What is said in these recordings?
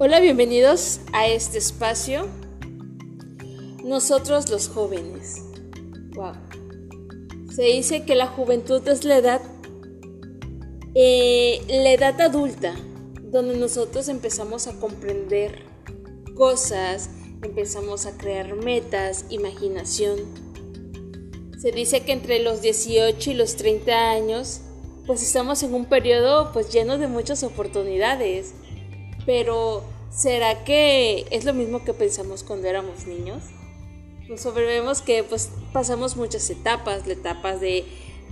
Hola, bienvenidos a este espacio. Nosotros los jóvenes. Wow. Se dice que la juventud es la edad adulta, donde nosotros empezamos a comprender cosas, empezamos a crear metas, imaginación. Se dice que entre los 18 y los 30 años, pues estamos en un periodo lleno de muchas oportunidades. Pero, ¿será que es lo mismo que pensamos cuando éramos niños? Pues vemos que pasamos muchas etapas, la etapa de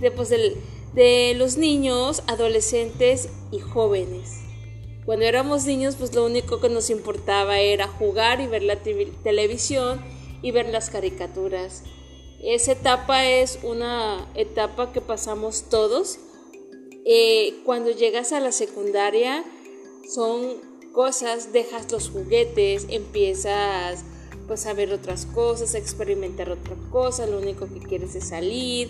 los niños, adolescentes y jóvenes. Cuando éramos niños, lo único que nos importaba era jugar y ver la televisión y ver las caricaturas. Esa etapa es una etapa que pasamos todos. Cuando llegas a la secundaria, son cosas, dejas los juguetes, empiezas a ver otras cosas, a experimentar otra cosa, lo único que quieres es salir,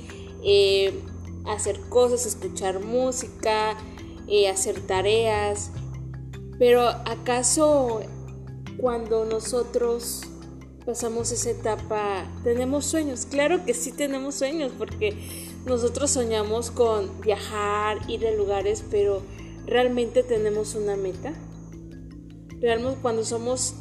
hacer cosas, escuchar música, hacer tareas. Pero ¿acaso cuando nosotros pasamos esa etapa tenemos sueños? Claro que sí tenemos sueños, porque nosotros soñamos con viajar, ir a lugares, pero ¿realmente tenemos una meta? Realmente cuando somos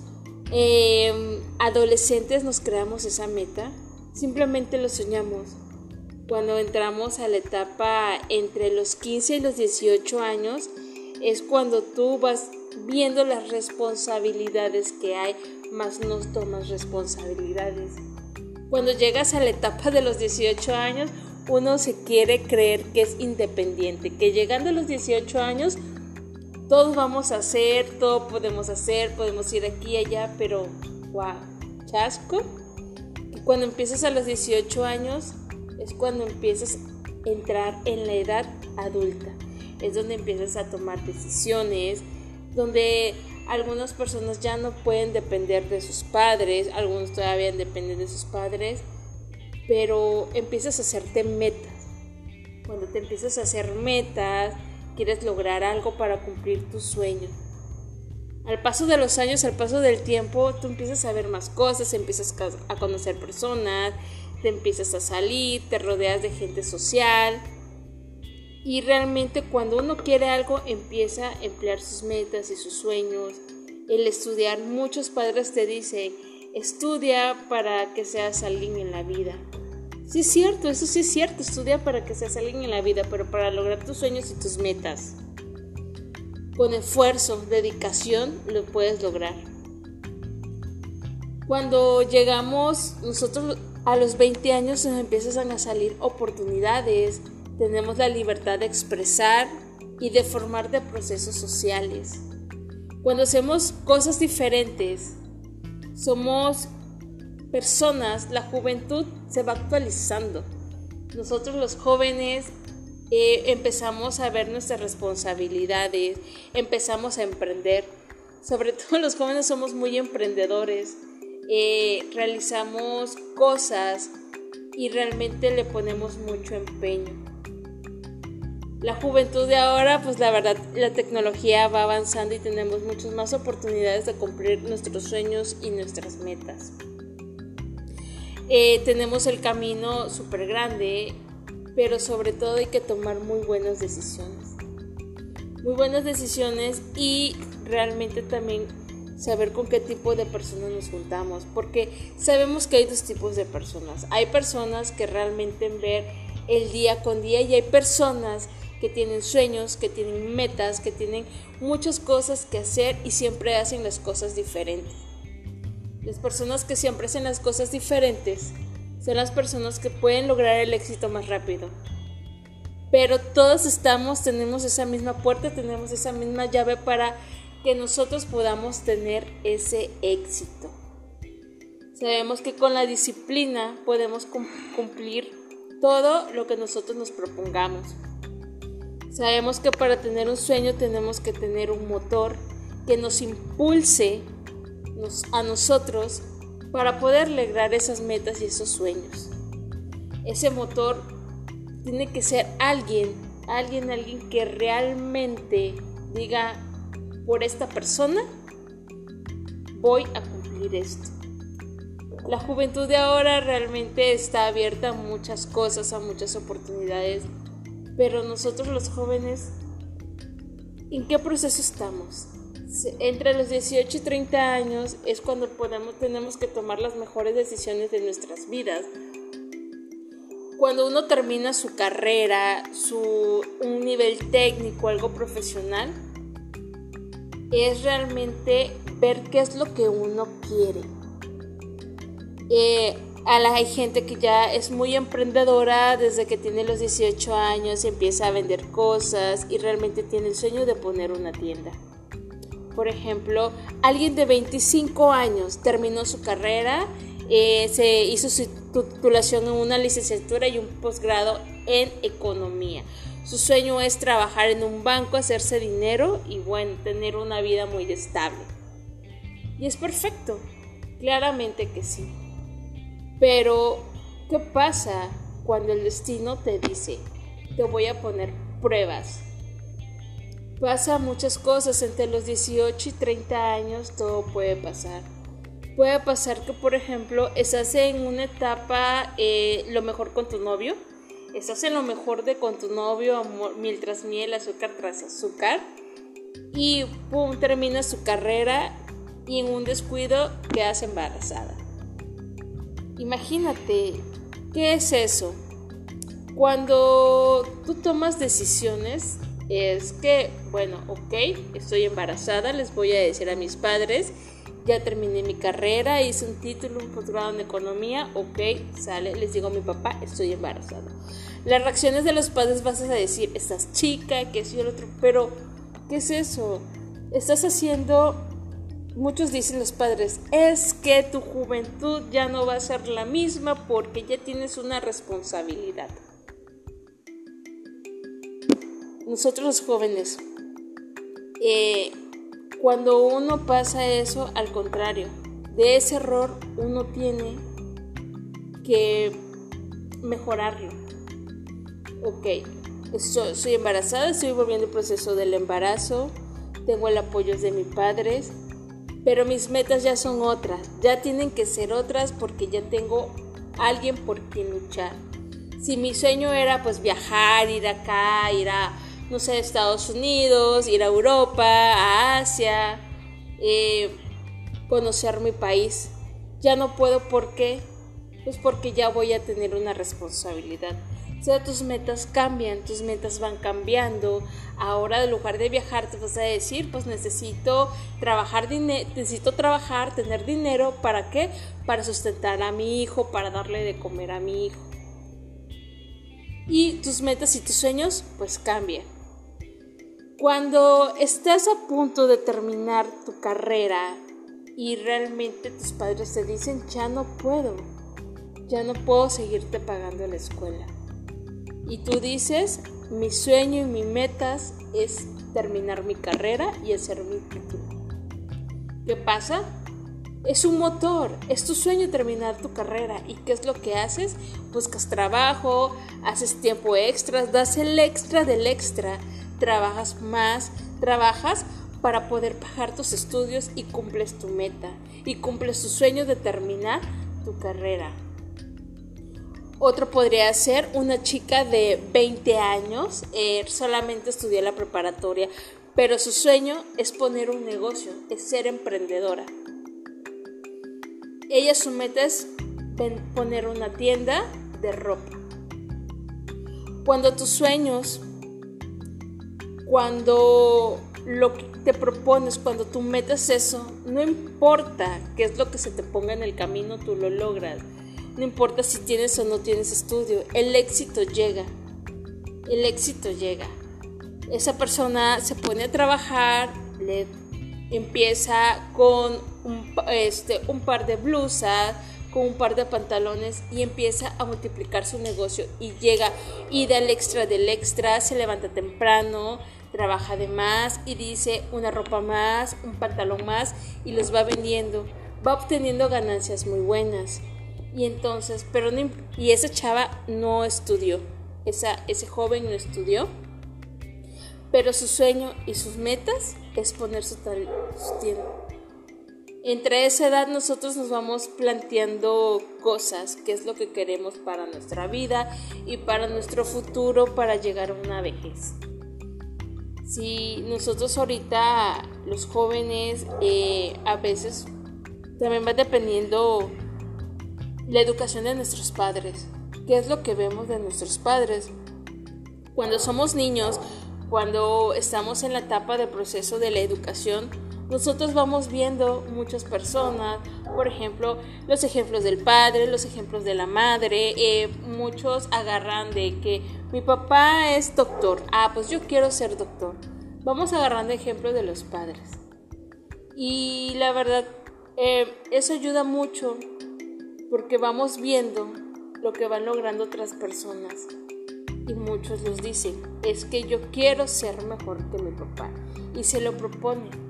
adolescentes nos creamos esa meta, simplemente lo soñamos. Cuando entramos a la etapa entre los 15 y los 18 años es cuando tú vas viendo las responsabilidades que hay, más no tomas responsabilidades. Cuando llegas a la etapa de los 18 años, uno se quiere creer que es independiente, que llegando a los 18 años todos vamos a hacer, todo podemos hacer, podemos ir aquí y allá, pero wow, chasco. Y cuando empiezas a los 18 años es cuando empiezas a entrar en la edad adulta. Es donde empiezas a tomar decisiones, donde algunas personas ya no pueden depender de sus padres, algunos todavía dependen de sus padres, pero empiezas a hacerte metas. Cuando te empiezas a hacer metas, quieres lograr algo para cumplir tus sueños. Al paso de los años, al paso del tiempo, tú empiezas a ver más cosas, empiezas a conocer personas, te empiezas a salir, te rodeas de gente social. Y realmente cuando uno quiere algo, empieza a emplear sus metas y sus sueños. El estudiar, muchos padres te dicen, estudia para que seas alguien en la vida. Sí es cierto, eso sí es cierto, estudia para que seas alguien en la vida, pero para lograr tus sueños y tus metas, con esfuerzo, dedicación, lo puedes lograr. Cuando llegamos nosotros a los 20 años nos empiezan a salir oportunidades, tenemos la libertad de expresar y de formar de procesos sociales. Cuando hacemos cosas diferentes, somos personas, la juventud se va actualizando. Nosotros los jóvenes empezamos a ver nuestras responsabilidades, empezamos a emprender. Sobre todo los jóvenes somos muy emprendedores, realizamos cosas y realmente le ponemos mucho empeño. La juventud de ahora, la verdad, la tecnología va avanzando y tenemos muchas más oportunidades de cumplir nuestros sueños y nuestras metas. Tenemos el camino súper grande, pero sobre todo hay que tomar muy buenas decisiones. Muy buenas decisiones y realmente también saber con qué tipo de personas nos juntamos, porque sabemos que hay dos tipos de personas. Hay personas que realmente ven el día con día y hay personas que tienen sueños, que tienen metas, que tienen muchas cosas que hacer y siempre hacen las cosas diferentes. Las personas que siempre hacen las cosas diferentes son las personas que pueden lograr el éxito más rápido. Pero todos tenemos esa misma puerta, tenemos esa misma llave para que nosotros podamos tener ese éxito. Sabemos que con la disciplina podemos cumplir todo lo que nosotros nos propongamos. Sabemos que para tener un sueño tenemos que tener un motor que nos impulse a nosotros para poder lograr esas metas y esos sueños. Ese motor tiene que ser alguien que realmente diga, por esta persona voy a cumplir esto. La juventud de ahora realmente está abierta a muchas cosas, a muchas oportunidades, pero nosotros los jóvenes, ¿en qué proceso estamos? Entre los 18 y 30 años es cuando tenemos que tomar las mejores decisiones de nuestras vidas. Cuando uno termina su carrera, un nivel técnico, algo profesional, es realmente ver qué es lo que uno quiere. Hay gente que ya es muy emprendedora desde que tiene los 18 años, empieza a vender cosas y realmente tiene el sueño de poner una tienda. Por ejemplo, alguien de 25 años terminó su carrera, se hizo su titulación en una licenciatura y un posgrado en economía. Su sueño es trabajar en un banco, hacerse dinero y bueno, tener una vida muy estable. Y es perfecto, claramente que sí. Pero, ¿qué pasa cuando el destino te dice, te voy a poner pruebas? Pasa muchas cosas entre los 18 y 30 años, todo puede pasar. Puede pasar que, por ejemplo, estás en una etapa lo mejor con tu novio, estás en lo mejor con tu novio, amor, miel tras miel, azúcar tras azúcar, y pum, terminas tu carrera y en un descuido quedas embarazada. Imagínate, ¿qué es eso? Cuando tú tomas decisiones, es que, bueno, ok, estoy embarazada, les voy a decir a mis padres, ya terminé mi carrera, hice un título, un posgrado en economía, ok, sale, les digo a mi papá, estoy embarazada. Las reacciones de los padres vas a decir, estás chica, que eso y el otro, pero, ¿qué es eso? Estás haciendo, muchos dicen los padres, es que tu juventud ya no va a ser la misma porque ya tienes una responsabilidad. Nosotros los jóvenes, cuando uno pasa eso, al contrario, de ese error uno tiene que mejorarlo. Ok, soy embarazada, estoy volviendo el proceso del embarazo, tengo el apoyo de mis padres, pero mis metas ya son otras, ya tienen que ser otras porque ya tengo alguien por quien luchar. Si mi sueño era pues viajar, ir acá, ir a, no sé, Estados Unidos, ir a Europa, a Asia, conocer mi país, ya no puedo. ¿Por qué? Pues porque ya voy a tener una responsabilidad. O sea, tus metas cambian, tus metas van cambiando. Ahora, en lugar de viajar, te vas a decir, pues necesito trabajar, tener dinero. ¿Para qué? Para sustentar a mi hijo, para darle de comer a mi hijo. Y tus metas y tus sueños, pues cambian. Cuando estás a punto de terminar tu carrera y realmente tus padres te dicen, ya no puedo seguirte pagando la escuela. Y tú dices, mi sueño y mi metas es terminar mi carrera y hacer mi título. ¿Qué pasa? Es un motor, es tu sueño terminar tu carrera. ¿Y qué es lo que haces? Buscas trabajo, haces tiempo extras, das el extra del extra, trabajas más, trabajas para poder pagar tus estudios y cumples tu meta y cumples tu sueño de terminar tu carrera. Otro podría ser una chica de 20 años, solamente estudió la preparatoria, pero su sueño es poner un negocio, es ser emprendedora. Ella, su meta es poner una tienda de ropa. Cuando tus sueños, cuando lo que te propones, cuando tu meta es eso, no importa qué es lo que se te ponga en el camino, tú lo logras. No importa si tienes o no tienes estudio, el éxito llega. El éxito llega. Esa persona se pone a trabajar, empieza con un par de blusas, con un par de pantalones y empieza a multiplicar su negocio y llega y da el extra del extra, se levanta temprano, trabaja de más y dice una ropa más, un pantalón más y los va vendiendo, va obteniendo ganancias muy buenas. Y entonces, y esa chava no estudió, ese joven no estudió, pero su sueño y sus metas es poner su tienda. Entre esa edad nosotros nos vamos planteando cosas, qué es lo que queremos para nuestra vida y para nuestro futuro para llegar a una vejez. Si nosotros ahorita, los jóvenes, a veces también va dependiendo la educación de nuestros padres. ¿Qué es lo que vemos de nuestros padres? Cuando somos niños, cuando estamos en la etapa de proceso de la educación, nosotros vamos viendo muchas personas, por ejemplo, los ejemplos del padre, los ejemplos de la madre, muchos agarran de que mi papá es doctor, pues yo quiero ser doctor. Vamos agarrando ejemplos de los padres. Y la verdad, eso ayuda mucho porque vamos viendo lo que van logrando otras personas. Y muchos nos dicen, es que yo quiero ser mejor que mi papá. Y se lo proponen.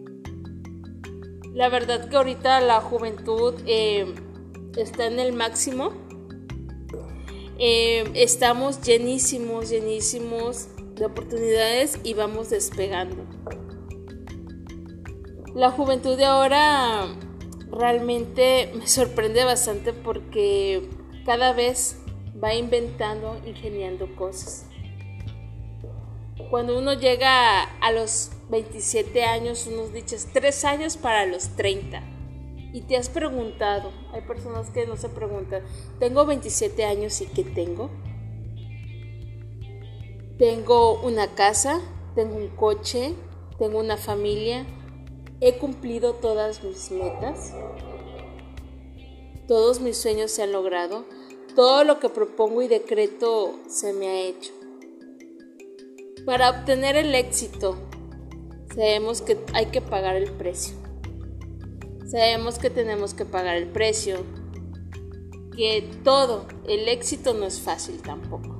La verdad que ahorita la juventud está en el máximo. Estamos llenísimos de oportunidades y vamos despegando. La juventud de ahora realmente me sorprende bastante porque cada vez va inventando, ingeniando cosas. Cuando uno llega a los 27 años, unos dices 3 años para los 30. Y te has preguntado, hay personas que no se preguntan, tengo 27 años y ¿qué tengo? Tengo una casa, tengo un coche, tengo una familia, he cumplido todas mis metas, todos mis sueños se han logrado, todo lo que propongo y decreto se me ha hecho. Para obtener el éxito, sabemos que hay que pagar el precio. Sabemos que tenemos que pagar el precio, que todo, el éxito no es fácil tampoco.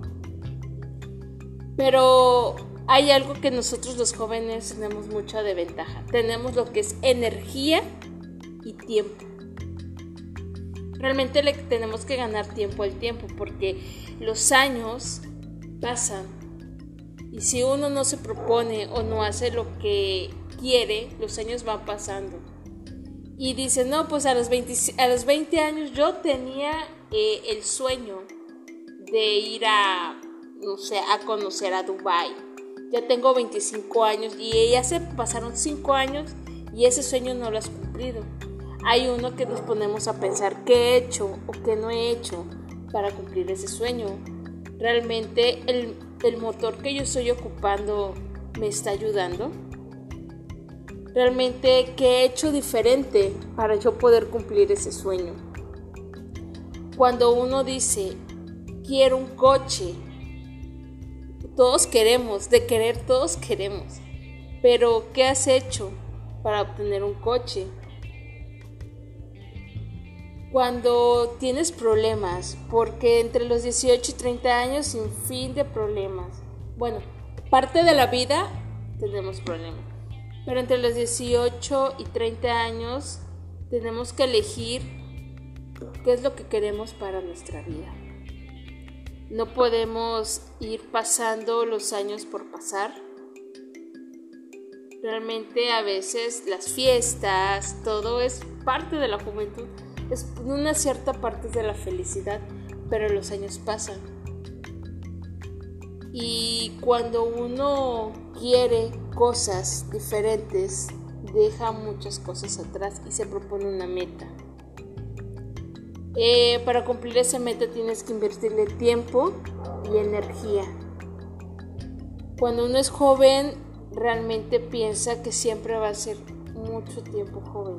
Pero hay algo que nosotros los jóvenes tenemos mucha de ventaja. Tenemos lo que es energía y tiempo. Realmente le tenemos que ganar tiempo al tiempo porque los años pasan. Y si uno no se propone o no hace lo que quiere, los años van pasando. Y dice, no, pues a los 20 años yo tenía el sueño de ir a conocer a Dubái. Ya tengo 25 años y ya se pasaron 5 años y ese sueño no lo has cumplido. Hay uno que nos ponemos a pensar qué he hecho o qué no he hecho para cumplir ese sueño. Realmente el motor que yo estoy ocupando me está ayudando. Realmente qué he hecho diferente para yo poder cumplir ese sueño. Cuando uno dice quiero un coche, todos queremos, de querer todos queremos, pero ¿qué has hecho para obtener un coche? Cuando tienes problemas, porque entre los 18 y 30 años sin fin de problemas. Bueno, parte de la vida tenemos problemas, pero entre los 18 y 30 años tenemos que elegir qué es lo que queremos para nuestra vida. No podemos ir pasando los años por pasar. Realmente a veces las fiestas, todo es parte de la juventud. Es una cierta parte de la felicidad, pero los años pasan. Y cuando uno quiere cosas diferentes, deja muchas cosas atrás y se propone una meta. Para cumplir esa meta tienes que invertirle tiempo y energía. Cuando uno es joven, realmente piensa que siempre va a ser mucho tiempo joven.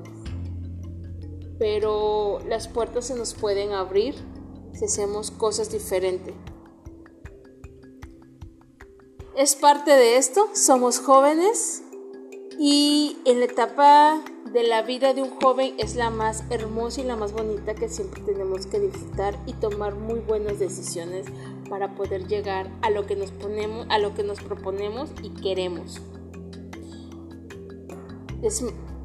Pero las puertas se nos pueden abrir si hacemos cosas diferentes. Es parte de esto, somos jóvenes y en la etapa de la vida de un joven es la más hermosa y la más bonita que siempre tenemos que disfrutar y tomar muy buenas decisiones para poder llegar a lo que nos proponemos y queremos.